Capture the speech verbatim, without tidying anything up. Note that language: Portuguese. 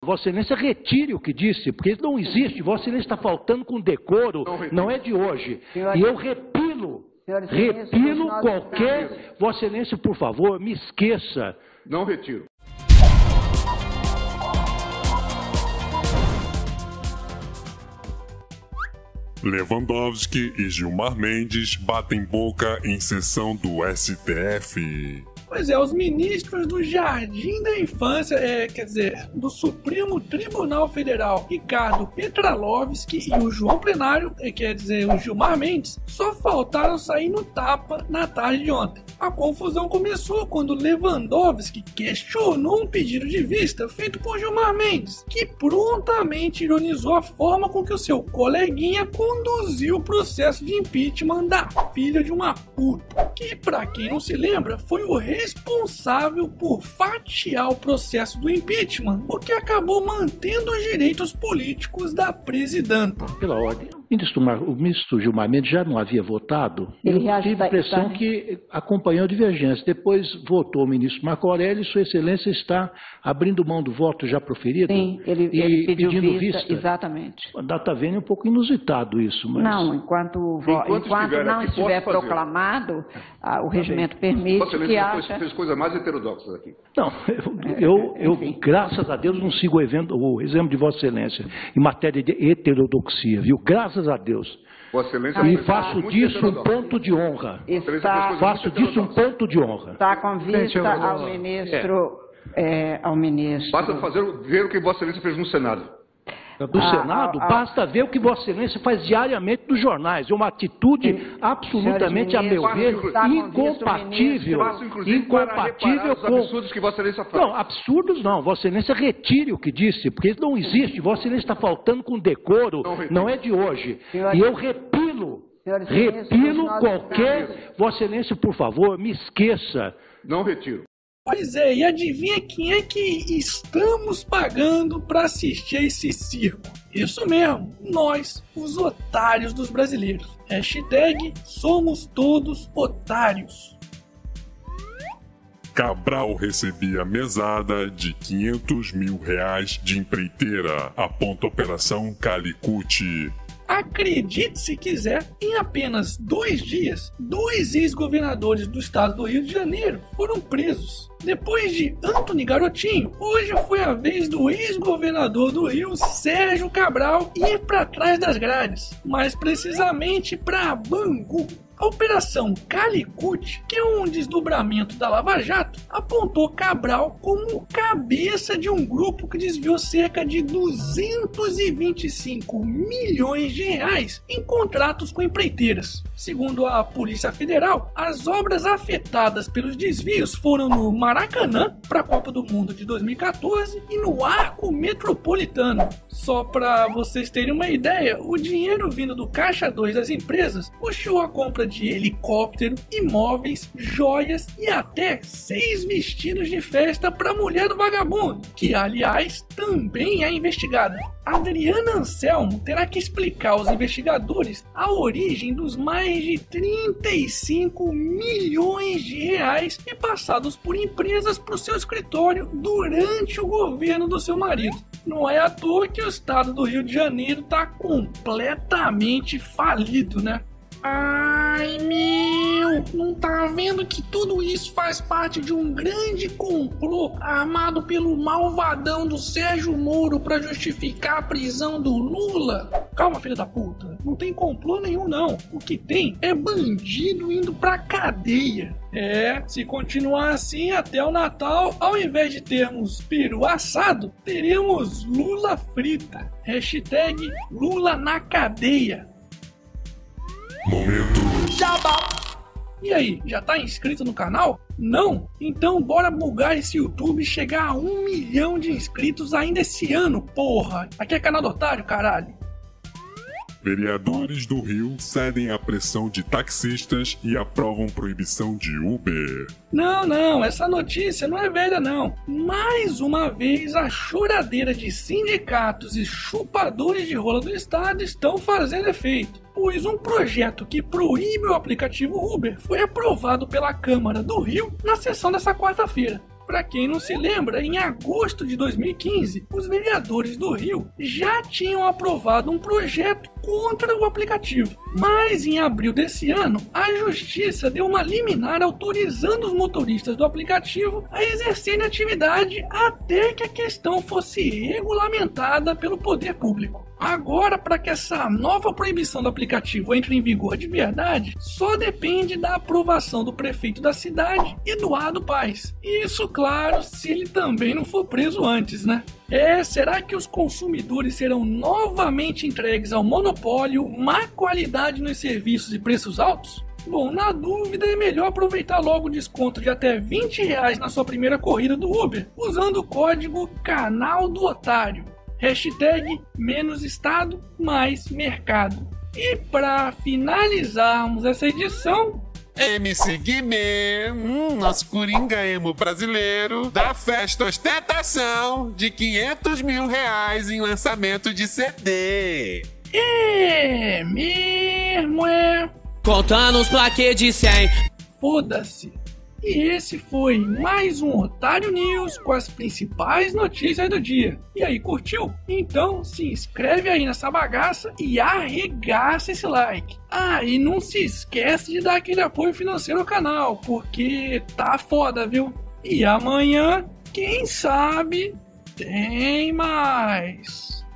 Vossa Excelência retire o que disse, porque isso não existe. Vossa Excelência está faltando com decoro, não, não é de hoje. Senhora, e eu repilo, repilo qualquer... Vossa Excelência, por favor, me esqueça. Não retiro. Lewandowski e Gilmar Mendes batem boca em sessão do S T F. Pois é, os ministros do Jardim da Infância, é, quer dizer, do Supremo Tribunal Federal, Ricardo Petralovski e o João Plenário, é, quer dizer, o Gilmar Mendes, só faltaram sair no tapa na tarde de ontem. A confusão começou quando Lewandowski questionou um pedido de vista feito por Gilmar Mendes, que prontamente ironizou a forma com que o seu coleguinha conduziu o processo de impeachment da filha de uma puta, que, pra quem não se lembra, foi o responsável por fatiar o processo do impeachment, o que acabou mantendo os direitos políticos da presidenta. Pela ordem, o ministro, Mar... o ministro Gilmar Mendes já não havia votado. Ele Eu tive a impressão tá... que acompanhou a divergência. Depois votou o ministro Marco Aurélio e Sua Excelência está abrindo mão do voto já proferido. Sim, ele, e ele pediu pedindo vista, vista. Exatamente. A data vem é um pouco inusitado isso. Mas... Não, enquanto, enquanto, enquanto não aqui, estiver proclamado, ah, o regimento permite que acha... fez coisas mais heterodoxas aqui. Não, eu, eu, eu graças a Deus, não sigo o, evento, o exemplo de Vossa Excelência em matéria de heterodoxia, viu? Graças a Deus. Vossa Excelência e faço disso um ponto de honra. Está, faço disso um ponto de honra. Está com vista ao ministro... É. É, ao ministro... Basta fazer, ver o que Vossa Excelência fez no Senado. Do ah, Senado, ah, basta ver o que Vossa Excelência faz diariamente nos jornais. É uma atitude sim, absolutamente, a meu ver, incompatível. Incompatível com... absurdos que Vossa Excelência faz. Não, absurdos não. Vossa Excelência retire o que disse, porque isso não existe. Vossa Excelência está faltando com decoro, não, não é de hoje. Senhor, e eu repilo, repilo qualquer... Vossa Excelência, por favor, me esqueça. Não retiro. Pois é, e adivinha quem é que estamos pagando para assistir a esse circo? Isso mesmo, nós, os otários dos brasileiros. Hashtag somos todos otários. Cabral recebia mesada de quinhentos mil reais de empreiteira, aponta a Operação Calicut. Acredite se quiser, em apenas dois dias, dois ex-governadores do estado do Rio de Janeiro foram presos. Depois de Antony Garotinho, hoje foi a vez do ex-governador do Rio, Sérgio Cabral, ir para trás das grades, mais precisamente para Bangu. A Operação Calicut, que é um desdobramento da Lava Jato, apontou Cabral como cabeça de um grupo que desviou cerca de duzentos e vinte e cinco milhões de reais em contratos com empreiteiras. Segundo a Polícia Federal, as obras afetadas pelos desvios foram no Maracanã, para a Copa do Mundo de dois mil e quatorze, e no Arco Metropolitano. Só para vocês terem uma ideia, o dinheiro vindo do Caixa dois das empresas puxou a compra de helicóptero, imóveis, joias e até seis vestidos de festa para a mulher do vagabundo, que aliás também é investigada. Adriana Anselmo terá que explicar aos investigadores a origem dos mais de trinta e cinco milhões de reais repassados por empresas para o seu escritório durante o governo do seu marido. Não é à toa que o estado do Rio de Janeiro está completamente falido, né? Ai meu, não tá vendo que tudo isso faz parte de um grande complô armado pelo malvadão do Sérgio Moro pra justificar a prisão do Lula? Calma, filha da puta, não tem complô nenhum não. O que tem é bandido indo pra cadeia. É, se continuar assim até o Natal, ao invés de termos peru assado, teremos Lula frita. Hashtag Lula na cadeia. Momento Jabá. E aí, já tá inscrito no canal? Não? Então bora bugar esse YouTube e chegar a um milhão de inscritos ainda esse ano, porra! Aqui é canal do otário, caralho! Vereadores do Rio cedem à pressão de taxistas e aprovam proibição de Uber. Não, não, essa notícia não é velha não. Mais uma vez a choradeira de sindicatos e chupadores de rola do estado estão fazendo efeito, pois um projeto que proíbe o aplicativo Uber foi aprovado pela Câmara do Rio na sessão dessa quarta-feira. Para quem não se lembra, em agosto de dois mil e quinze, os vereadores do Rio já tinham aprovado um projeto contra o aplicativo. Mas em abril desse ano, a Justiça deu uma liminar autorizando os motoristas do aplicativo a exercerem atividade até que a questão fosse regulamentada pelo poder público. Agora, para que essa nova proibição do aplicativo entre em vigor de verdade, só depende da aprovação do prefeito da cidade, Eduardo Paes. Isso, claro, se ele também não for preso antes, né? É, será que os consumidores serão novamente entregues ao monopólio, má qualidade nos serviços e preços altos? Bom, na dúvida é melhor aproveitar logo o desconto de até vinte reais na sua primeira corrida do Uber, usando o código Canal do Otário. Hashtag menos Estado, mais mercado. E para finalizarmos essa edição, M C Guimê, hum, nosso coringa emo brasileiro, da festa ostentação de quinhentos mil reais em lançamento de C D. É mesmo, é. Contando os plaquês de cem. Foda-se. E esse foi mais um Otário News com as principais notícias do dia. E aí, curtiu? Então se inscreve aí nessa bagaça e arregaça esse like. Ah, e não se esquece de dar aquele apoio financeiro ao canal, porque tá foda, viu? E amanhã, quem sabe, tem mais.